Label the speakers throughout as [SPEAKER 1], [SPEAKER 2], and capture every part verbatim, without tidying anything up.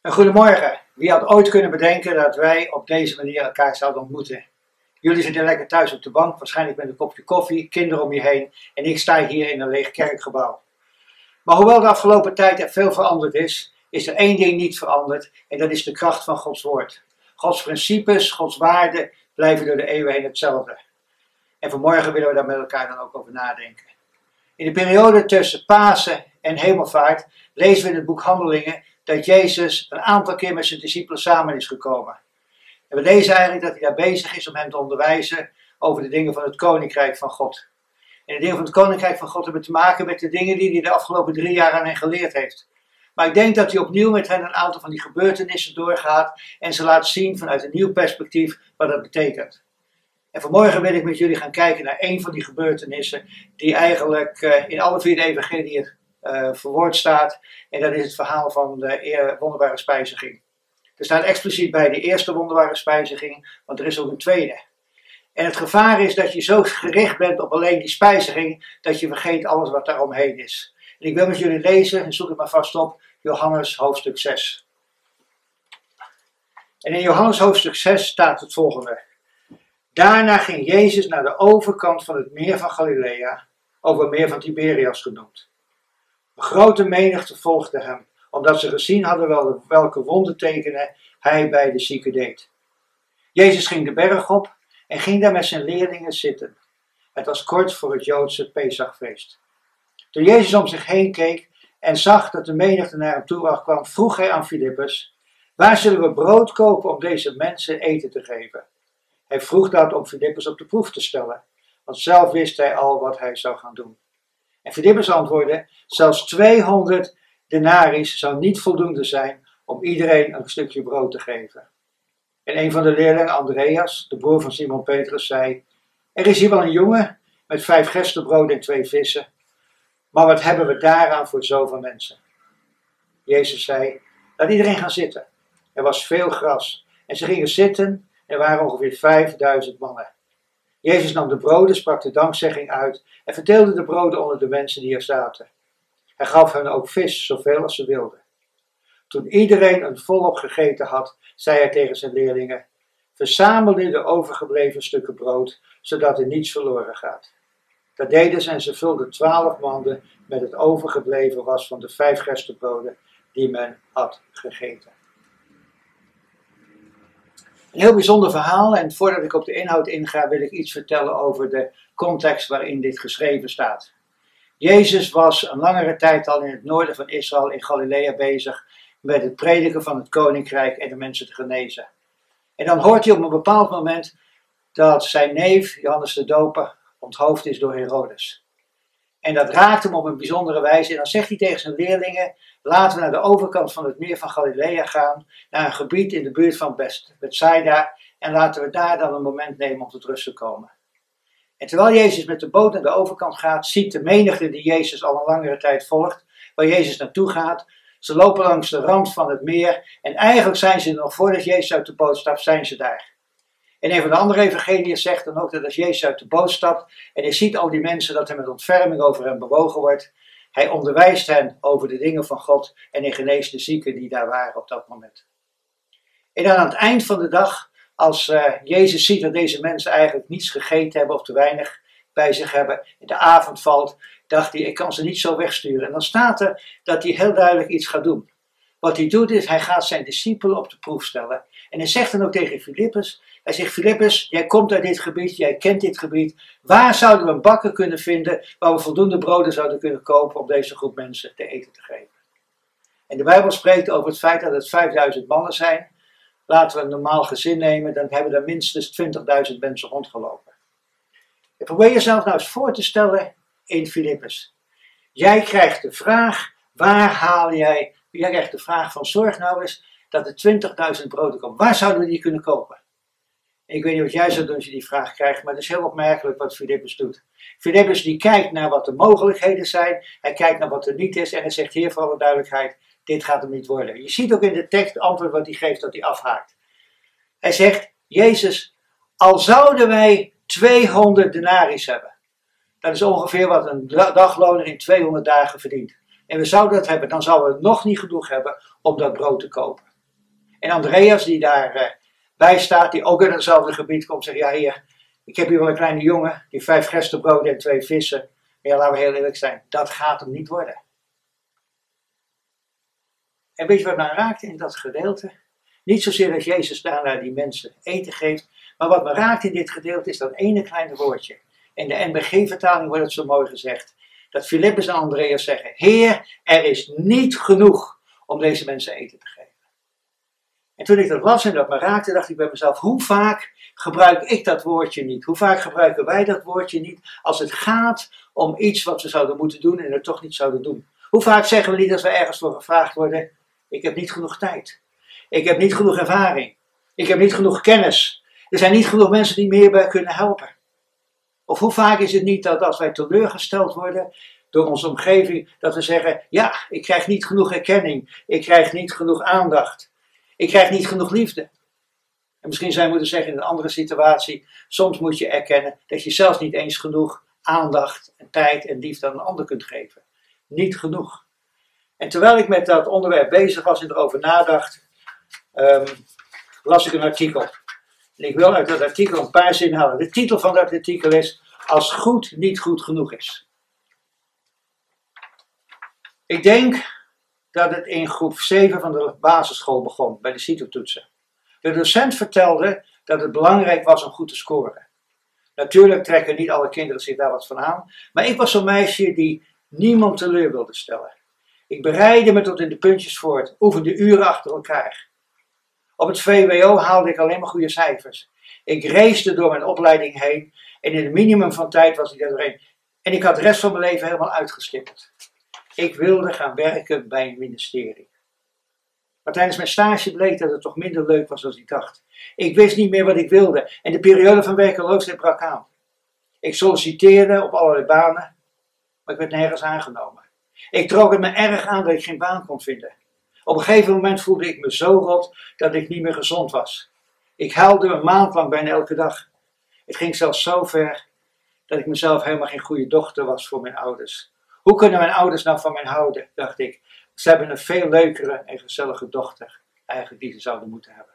[SPEAKER 1] Een goedemorgen. Wie had ooit kunnen bedenken dat wij op deze manier elkaar zouden ontmoeten? Jullie zitten lekker thuis op de bank, waarschijnlijk met een kopje koffie, kinderen om je heen en ik sta hier in een leeg kerkgebouw. Maar hoewel de afgelopen tijd er veel veranderd is, is er één ding niet veranderd en dat is de kracht van Gods woord. Gods principes, Gods waarden blijven door de eeuwen heen hetzelfde. En vanmorgen willen we daar met elkaar dan ook over nadenken. In de periode tussen Pasen en Hemelvaart lezen we in het boek Handelingen dat Jezus een aantal keer met zijn discipelen samen is gekomen. En we lezen eigenlijk dat hij daar bezig is om hen te onderwijzen over de dingen van het Koninkrijk van God. En de dingen van het Koninkrijk van God hebben te maken met de dingen die hij de afgelopen drie jaar aan hen geleerd heeft. Maar ik denk dat hij opnieuw met hen een aantal van die gebeurtenissen doorgaat en ze laat zien vanuit een nieuw perspectief wat dat betekent. En vanmorgen wil ik met jullie gaan kijken naar een van die gebeurtenissen die eigenlijk uh, in alle vier de evangeliën uh, verwoord staat. En dat is het verhaal van de wonderbare spijziging. Er staat expliciet bij de eerste wonderbare spijziging, want er is ook een tweede. En het gevaar is dat je zo gericht bent op alleen die spijziging, dat je vergeet alles wat daar omheen is. En ik wil met jullie lezen, en zoek het maar vast op, Johannes hoofdstuk zes. En in Johannes hoofdstuk zes staat het volgende. Daarna ging Jezus naar de overkant van het meer van Galilea, over het meer van Tiberias genoemd. Een grote menigte volgde hem, omdat ze gezien hadden welke wondertekenen hij bij de zieken deed. Jezus ging de berg op en ging daar met zijn leerlingen zitten. Het was kort voor het Joodse Pesachfeest. Toen Jezus om zich heen keek en zag dat de menigte naar hem toe kwam, vroeg hij aan Filippus: waar zullen we brood kopen om deze mensen eten te geven? Hij vroeg dat om Filippus op de proef te stellen, want zelf wist hij al wat hij zou gaan doen. En Filippus antwoordde: zelfs tweehonderd denaries zou niet voldoende zijn om iedereen een stukje brood te geven. En een van de leerlingen, Andreas, de broer van Simon Petrus, zei: er is hier wel een jongen met vijf gerstebrood en twee vissen, maar wat hebben we daaraan voor zoveel mensen? Jezus zei: laat iedereen gaan zitten. Er was veel gras en ze gingen zitten. Er waren ongeveer vijfduizend mannen. Jezus nam de broden, sprak de dankzegging uit en verdeelde de broden onder de mensen die er zaten. Hij gaf hen ook vis, zoveel als ze wilden. Toen iedereen een volop gegeten had, zei hij tegen zijn leerlingen: verzamel nu de overgebleven stukken brood, zodat er niets verloren gaat. Dat deden ze en ze vulden twaalf manden met het overgebleven was van de vijf gerstebroden die men had gegeten. Een heel bijzonder verhaal en voordat ik op de inhoud inga wil ik iets vertellen over de context waarin dit geschreven staat. Jezus was een langere tijd al in het noorden van Israël in Galilea bezig met het prediken van het koninkrijk en de mensen te genezen. En dan hoort hij op een bepaald moment dat zijn neef, Johannes de Doper, onthoofd is door Herodes. En dat raakt hem op een bijzondere wijze en dan zegt hij tegen zijn leerlingen: laten we naar de overkant van het meer van Galilea gaan, naar een gebied in de buurt van Bethsaida en laten we daar dan een moment nemen om tot rust te komen. En terwijl Jezus met de boot naar de overkant gaat, ziet de menigte die Jezus al een langere tijd volgt, waar Jezus naartoe gaat. Ze lopen langs de rand van het meer en eigenlijk zijn ze er nog voordat Jezus uit de boot stapt, zijn ze daar. En een van de andere evangeliën zegt dan ook dat als Jezus uit de boot stapt en hij ziet al die mensen dat er met ontferming over hem bewogen wordt, hij onderwijst hen over de dingen van God en hij geneest de zieken die daar waren op dat moment. En dan aan het eind van de dag, als uh, Jezus ziet dat deze mensen eigenlijk niets gegeten hebben of te weinig bij zich hebben, en de avond valt, dacht hij: ik kan ze niet zo wegsturen. En dan staat er dat hij heel duidelijk iets gaat doen. Wat hij doet is, hij gaat zijn discipelen op de proef stellen. En hij zegt dan ook tegen Filippus, hij zegt: Filippus, jij komt uit dit gebied, jij kent dit gebied. Waar zouden we een bakker kunnen vinden waar we voldoende broden zouden kunnen kopen om deze groep mensen te eten te geven? En de Bijbel spreekt over het feit dat het vijfduizend mannen zijn. Laten we een normaal gezin nemen, dan hebben er minstens twintigduizend mensen rondgelopen. En probeer jezelf nou eens voor te stellen in Filippus. Jij krijgt de vraag, waar haal jij, jij krijgt de vraag van: zorg nou eens dat er twintigduizend broden komen. Waar zouden we die kunnen kopen? En ik weet niet wat jij zou doen als je die vraag krijgt, maar het is heel opmerkelijk wat Filippus doet. Filippus die kijkt naar wat de mogelijkheden zijn, hij kijkt naar wat er niet is en hij zegt: Heer, voor alle duidelijkheid, dit gaat hem niet worden. Je ziet ook in de tekst antwoord wat hij geeft, dat hij afhaakt. Hij zegt: Jezus, al zouden wij tweehonderd denaries hebben, dat is ongeveer wat een dagloner in tweehonderd dagen verdient. En we zouden dat hebben, dan zouden we nog niet genoeg hebben om dat brood te kopen. En Andreas, die daarbij uh, bij staat, die ook in hetzelfde gebied komt, zegt, ja heer, ik heb hier wel een kleine jongen, die vijf gerstebroden en twee vissen. Maar ja, laten we heel eerlijk zijn, dat gaat hem niet worden. En weet je wat mij raakt in dat gedeelte? Niet zozeer dat Jezus daarna die mensen eten geeft, maar wat me raakt in dit gedeelte is dat ene kleine woordje. In de N B G-vertaling wordt het zo mooi gezegd, dat Filippus en Andreas zeggen, Heer, er is niet genoeg om deze mensen eten te geven. En toen ik dat las en dat me raakte, dacht ik bij mezelf, hoe vaak gebruik ik dat woordje niet? Hoe vaak gebruiken wij dat woordje niet als het gaat om iets wat we zouden moeten doen en het toch niet zouden doen? Hoe vaak zeggen we niet als we ergens voor gevraagd worden, ik heb niet genoeg tijd. Ik heb niet genoeg ervaring. Ik heb niet genoeg kennis. Er zijn niet genoeg mensen die me hierbij kunnen helpen. Of hoe vaak is het niet dat als wij teleurgesteld worden door onze omgeving, dat we zeggen, ja, ik krijg niet genoeg erkenning. Ik krijg niet genoeg aandacht. Ik krijg niet genoeg liefde. En misschien zou je moeten zeggen in een andere situatie, soms moet je erkennen dat je zelfs niet eens genoeg aandacht en tijd en liefde aan een ander kunt geven. Niet genoeg. En terwijl ik met dat onderwerp bezig was en erover nadacht, um, las ik een artikel. En ik wil uit dat artikel een paar zinnen halen. De titel van dat artikel is, als goed niet goed genoeg is. Ik denk dat het in groep zeven van de basisschool begon, bij de CITO-toetsen. De docent vertelde dat het belangrijk was om goed te scoren. Natuurlijk trekken niet alle kinderen zich daar wat van aan, maar ik was zo'n meisje die niemand teleur wilde stellen. Ik bereidde me tot in de puntjes voort, oefende uren achter elkaar. Op het V W O haalde ik alleen maar goede cijfers. Ik race door mijn opleiding heen en in het minimum van tijd was ik daar doorheen. En ik had de rest van mijn leven helemaal uitgestippeld. Ik wilde gaan werken bij een ministerie. Maar tijdens mijn stage bleek dat het toch minder leuk was dan ik dacht. Ik wist niet meer wat ik wilde en de periode van werkeloosheid brak aan. Ik solliciteerde op allerlei banen, maar ik werd nergens aangenomen. Ik trok het me erg aan dat ik geen baan kon vinden. Op een gegeven moment voelde ik me zo rot dat ik niet meer gezond was. Ik huilde een maand lang bijna elke dag. Het ging zelfs zo ver dat ik mezelf helemaal geen goede dochter was voor mijn ouders. Hoe kunnen mijn ouders nou van mij houden, dacht ik. Ze hebben een veel leukere en gezellige dochter, eigenlijk die ze zouden moeten hebben.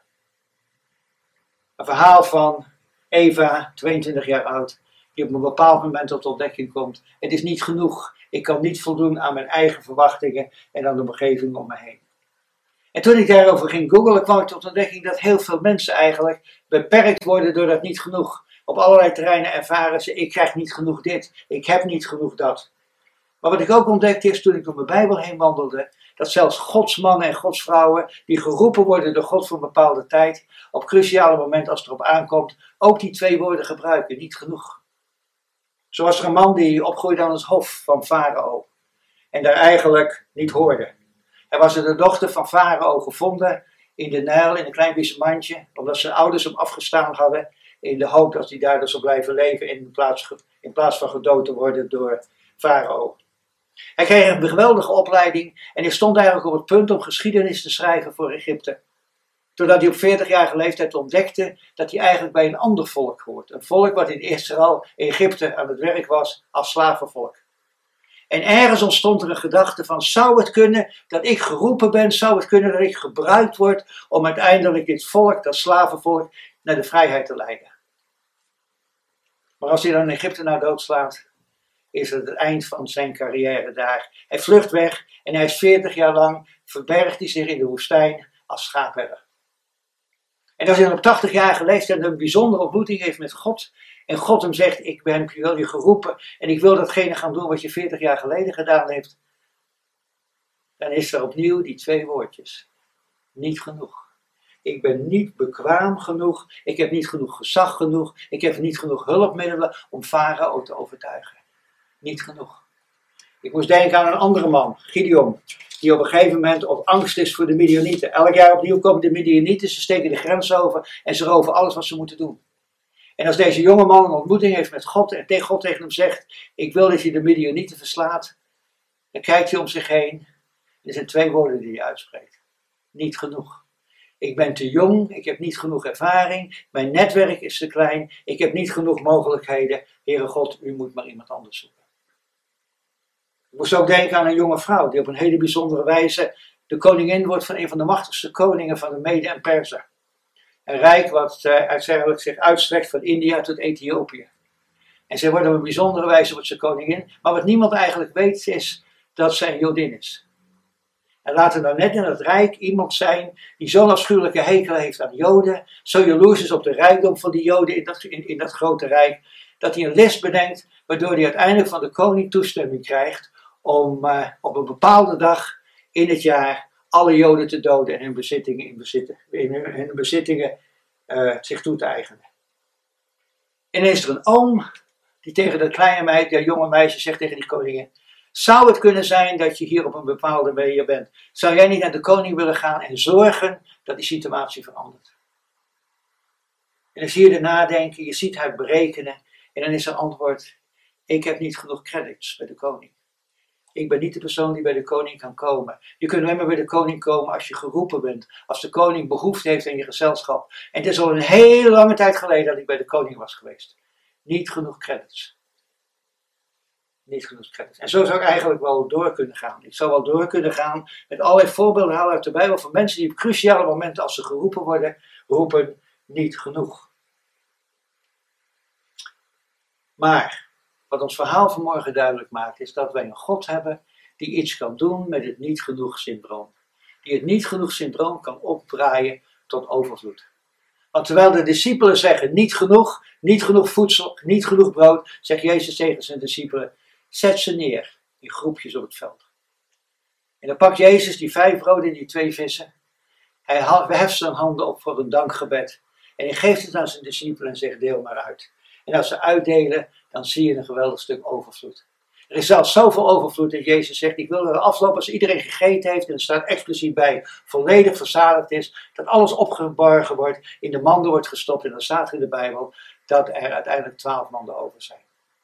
[SPEAKER 1] Een verhaal van Eva, tweeëntwintig jaar oud, die op een bepaald moment tot ontdekking komt. Het is niet genoeg. Ik kan niet voldoen aan mijn eigen verwachtingen en aan de omgeving om me heen. En toen ik daarover ging googlen, kwam ik tot ontdekking dat heel veel mensen eigenlijk beperkt worden door dat niet genoeg. Op allerlei terreinen ervaren ze, ik krijg niet genoeg dit, ik heb niet genoeg dat. Maar wat ik ook ontdekte is, toen ik door mijn Bijbel heen wandelde, dat zelfs godsmannen en godsvrouwen, die geroepen worden door God voor een bepaalde tijd, op cruciale momenten als het erop aankomt, ook die twee woorden gebruiken, niet genoeg. Zo was er een man die opgroeide aan het hof van Farao en daar eigenlijk niet hoorde. Hij was de dochter van Farao gevonden in de Nijl in een klein wisselmandje, omdat zijn ouders hem afgestaan hadden in de hoop dat hij daar dus zou blijven leven in plaats, in plaats van gedood te worden door Farao. Hij kreeg een geweldige opleiding en hij stond eigenlijk op het punt om geschiedenis te schrijven voor Egypte. Totdat hij op veertigjarige leeftijd ontdekte dat hij eigenlijk bij een ander volk hoort. Een volk wat in Israël, Egypte aan het werk was als slavenvolk. En ergens ontstond er een gedachte van, zou het kunnen dat ik geroepen ben, zou het kunnen dat ik gebruikt word om uiteindelijk dit volk, dat slavenvolk, naar de vrijheid te leiden. Maar als hij dan in Egypte naar doodslaat, is het het eind van zijn carrière daar. Hij vlucht weg en hij is veertig jaar lang, verbergt hij zich in de woestijn als schaapherder. En als hij dan op tachtigjarige leeftijd een bijzondere ontmoeting heeft met God, en God hem zegt, ik ben wil je geroepen en ik wil datgene gaan doen wat je veertig jaar geleden gedaan heeft, dan is er opnieuw die twee woordjes. Niet genoeg. Ik ben niet bekwaam genoeg, ik heb niet genoeg gezag genoeg, ik heb niet genoeg hulpmiddelen om Farao te overtuigen. Niet genoeg. Ik moest denken aan een andere man, Gideon, die op een gegeven moment op angst is voor de Midianieten. Elk jaar opnieuw komen de Midianieten, ze steken de grens over en ze roven alles wat ze moeten doen. En als deze jonge man een ontmoeting heeft met God en tegen God tegen hem zegt, ik wil dat je de Midianieten verslaat, dan kijkt hij om zich heen. Er zijn twee woorden die hij uitspreekt. Niet genoeg. Ik ben te jong, ik heb niet genoeg ervaring, mijn netwerk is te klein, ik heb niet genoeg mogelijkheden. Heere God, u moet maar iemand anders zoeken. Ik moest ook denken aan een jonge vrouw die op een hele bijzondere wijze De koningin wordt van een van de machtigste koningen van de Mede en Perzen. Een rijk wat uh, uiteindelijk zich uitstrekt van India tot Ethiopië. En zij wordt op een bijzondere wijze wordt ze koningin. Maar wat niemand eigenlijk weet is dat zij een Jodin is. En laat er nou net in het rijk iemand zijn die zo'n afschuwelijke hekel heeft aan Joden. Zo jaloers is op de rijkdom van die Joden in dat, in, in dat grote rijk. Dat hij een les bedenkt waardoor hij uiteindelijk van de koning toestemming krijgt om uh, op een bepaalde dag in het jaar alle Joden te doden en hun bezittingen, in bezitten, in hun, hun bezittingen uh, zich toe te eigenen. En dan is er een oom die tegen dat kleine meid, dat jonge meisje zegt tegen die koningin: zou het kunnen zijn dat je hier op een bepaalde manier bent? Zou jij niet naar de koning willen gaan en zorgen dat die situatie verandert? En dan zie je er nadenken, je ziet haar berekenen en dan is er antwoord: ik heb niet genoeg credits bij de koning. Ik ben niet de persoon die bij de koning kan komen. Je kunt alleen maar bij de koning komen als je geroepen bent. Als de koning behoefte heeft aan je gezelschap. En het is al een hele lange tijd geleden dat ik bij de koning was geweest. Niet genoeg credits. Niet genoeg credits. En zo zou ik eigenlijk wel door kunnen gaan. Ik zou wel door kunnen gaan met allerlei voorbeelden halen uit de Bijbel van mensen die op cruciale momenten als ze geroepen worden, roepen niet genoeg. Maar wat ons verhaal vanmorgen duidelijk maakt, is dat wij een God hebben die iets kan doen met het niet genoeg syndroom. Die het niet genoeg syndroom kan opdraaien tot overvloed. Want terwijl de discipelen zeggen niet genoeg, niet genoeg voedsel, niet genoeg brood, zegt Jezus tegen zijn discipelen: zet ze neer in groepjes op het veld. En dan pakt Jezus die vijf broden en die twee vissen. Hij heft zijn handen op voor een dankgebed. En hij geeft het aan zijn discipelen en zegt: deel maar uit. En als ze uitdelen, dan zie je een geweldig stuk overvloed. Er is zelfs zoveel overvloed dat Jezus zegt: ik wil er aflopen als iedereen gegeten heeft, en er staat expliciet bij, volledig verzadigd is, dat alles opgeborgen wordt, in de manden wordt gestopt, en dan staat er in de Bijbel dat er uiteindelijk twaalf manden over zijn.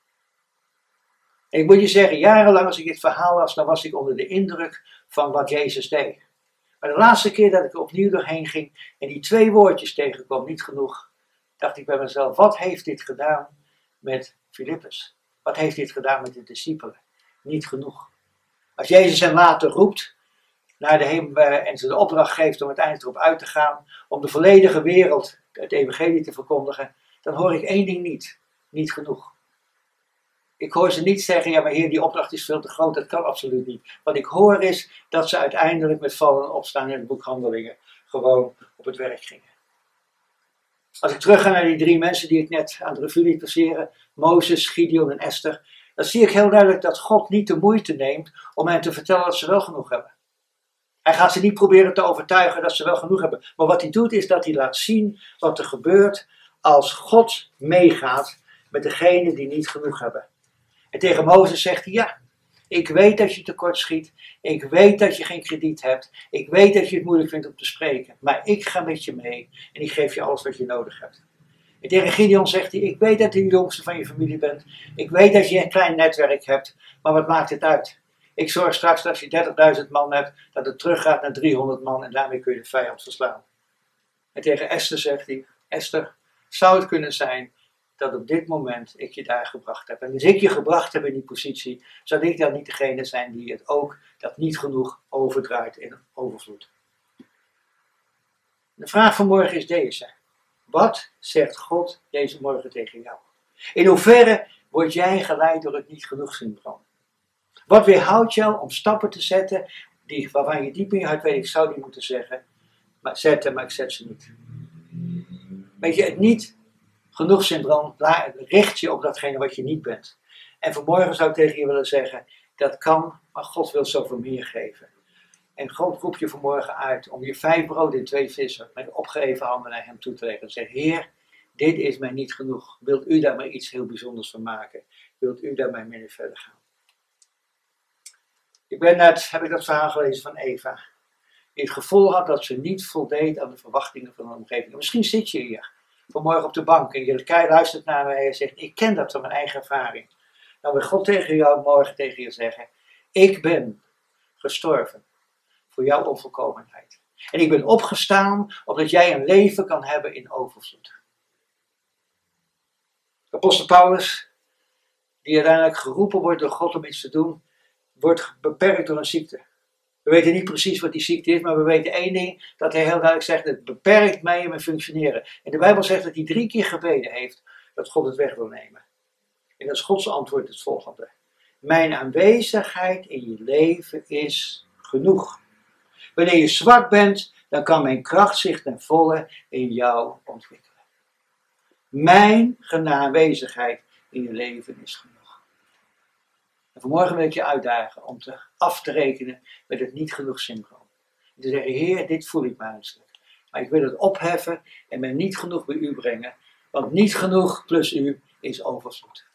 [SPEAKER 1] En ik moet je zeggen, jarenlang als ik dit verhaal las, dan was ik onder de indruk van wat Jezus deed. Maar de laatste keer dat ik er opnieuw doorheen ging en die twee woordjes tegenkwam, niet genoeg, dacht ik bij mezelf: wat heeft dit gedaan met Filippus? Wat heeft dit gedaan met de discipelen? Niet genoeg. Als Jezus hen later roept naar de hemel en ze de opdracht geeft om uiteindelijk erop uit te gaan, om de volledige wereld het evangelie te verkondigen, dan hoor ik één ding niet. Niet genoeg. Ik hoor ze niet zeggen: ja, maar Heer, die opdracht is veel te groot, dat kan absoluut niet. Wat ik hoor is dat ze uiteindelijk met vallen en opstaan in het boek Handelingen gewoon op het werk gingen. Als ik terug ga naar die drie mensen die ik net aan de revue liet passeren, Mozes, Gideon en Esther, dan zie ik heel duidelijk dat God niet de moeite neemt om hen te vertellen dat ze wel genoeg hebben. Hij gaat ze niet proberen te overtuigen dat ze wel genoeg hebben. Maar wat hij doet is dat hij laat zien wat er gebeurt als God meegaat met degenen die niet genoeg hebben. En tegen Mozes zegt hij: ja, ik weet dat je tekort schiet. Ik weet dat je geen krediet hebt. Ik weet dat je het moeilijk vindt om te spreken. Maar ik ga met je mee en ik geef je alles wat je nodig hebt. En tegen Gideon zegt hij: ik weet dat je de jongste van je familie bent. Ik weet dat je een klein netwerk hebt. Maar wat maakt het uit? Ik zorg straks dat als je dertigduizend man hebt, dat het teruggaat naar driehonderd man en daarmee kun je de vijand verslaan. En tegen Esther zegt hij: Esther, zou het kunnen zijn dat op dit moment ik je daar gebracht heb. En als ik je gebracht heb in die positie, zou ik dan niet degene zijn die het ook, dat niet genoeg, overdraait in overvloed. De vraag van morgen is deze: wat zegt God deze morgen tegen jou? In hoeverre word jij geleid door het niet genoeg syndroom? Wat weerhoudt jou om stappen te zetten die, waarvan je diep in je hart weet: ik zou die moeten zeggen, maar zetten, maar ik zet ze niet. Weet je, het niet genoeg syndroom richt je op datgene wat je niet bent. En vanmorgen zou ik tegen je willen zeggen: dat kan, maar God wil zoveel meer geven. En God roept je vanmorgen uit om je vijf brood en twee vissen met opgeheven handen naar hem toe te leggen. En zeg: Heer, dit is mij niet genoeg. Wilt u daar maar iets heel bijzonders van maken? Wilt u daar mij mee verder gaan? Ik ben net, heb ik dat verhaal gelezen van Eva. Die het gevoel had dat ze niet voldeed aan de verwachtingen van de omgeving. En misschien zit je hier vanmorgen op de bank en je luistert naar mij en zegt: ik ken dat van mijn eigen ervaring. Dan wil God tegen jou morgen tegen je zeggen: ik ben gestorven voor jouw onvolkomenheid. En ik ben opgestaan opdat jij een leven kan hebben in overvloed. Apostel Paulus, die uiteindelijk geroepen wordt door God om iets te doen, wordt beperkt door een ziekte. We weten niet precies wat die ziekte is, maar we weten één ding, dat hij heel duidelijk zegt, het beperkt mij in mijn functioneren. En de Bijbel zegt dat hij drie keer gebeden heeft, dat God het weg wil nemen. En dat is Gods antwoord het volgende. Mijn aanwezigheid in je leven is genoeg. Wanneer je zwak bent, dan kan mijn kracht zich ten volle in jou ontwikkelen. Mijn aanwezigheid in je leven is genoeg. En vanmorgen wil ik je uitdagen om te af te rekenen met het niet genoeg syndroom. En te zeggen, Heer, dit voel ik menselijk. Maar ik wil het opheffen en mij niet genoeg bij u brengen. Want niet genoeg plus u is overvloed.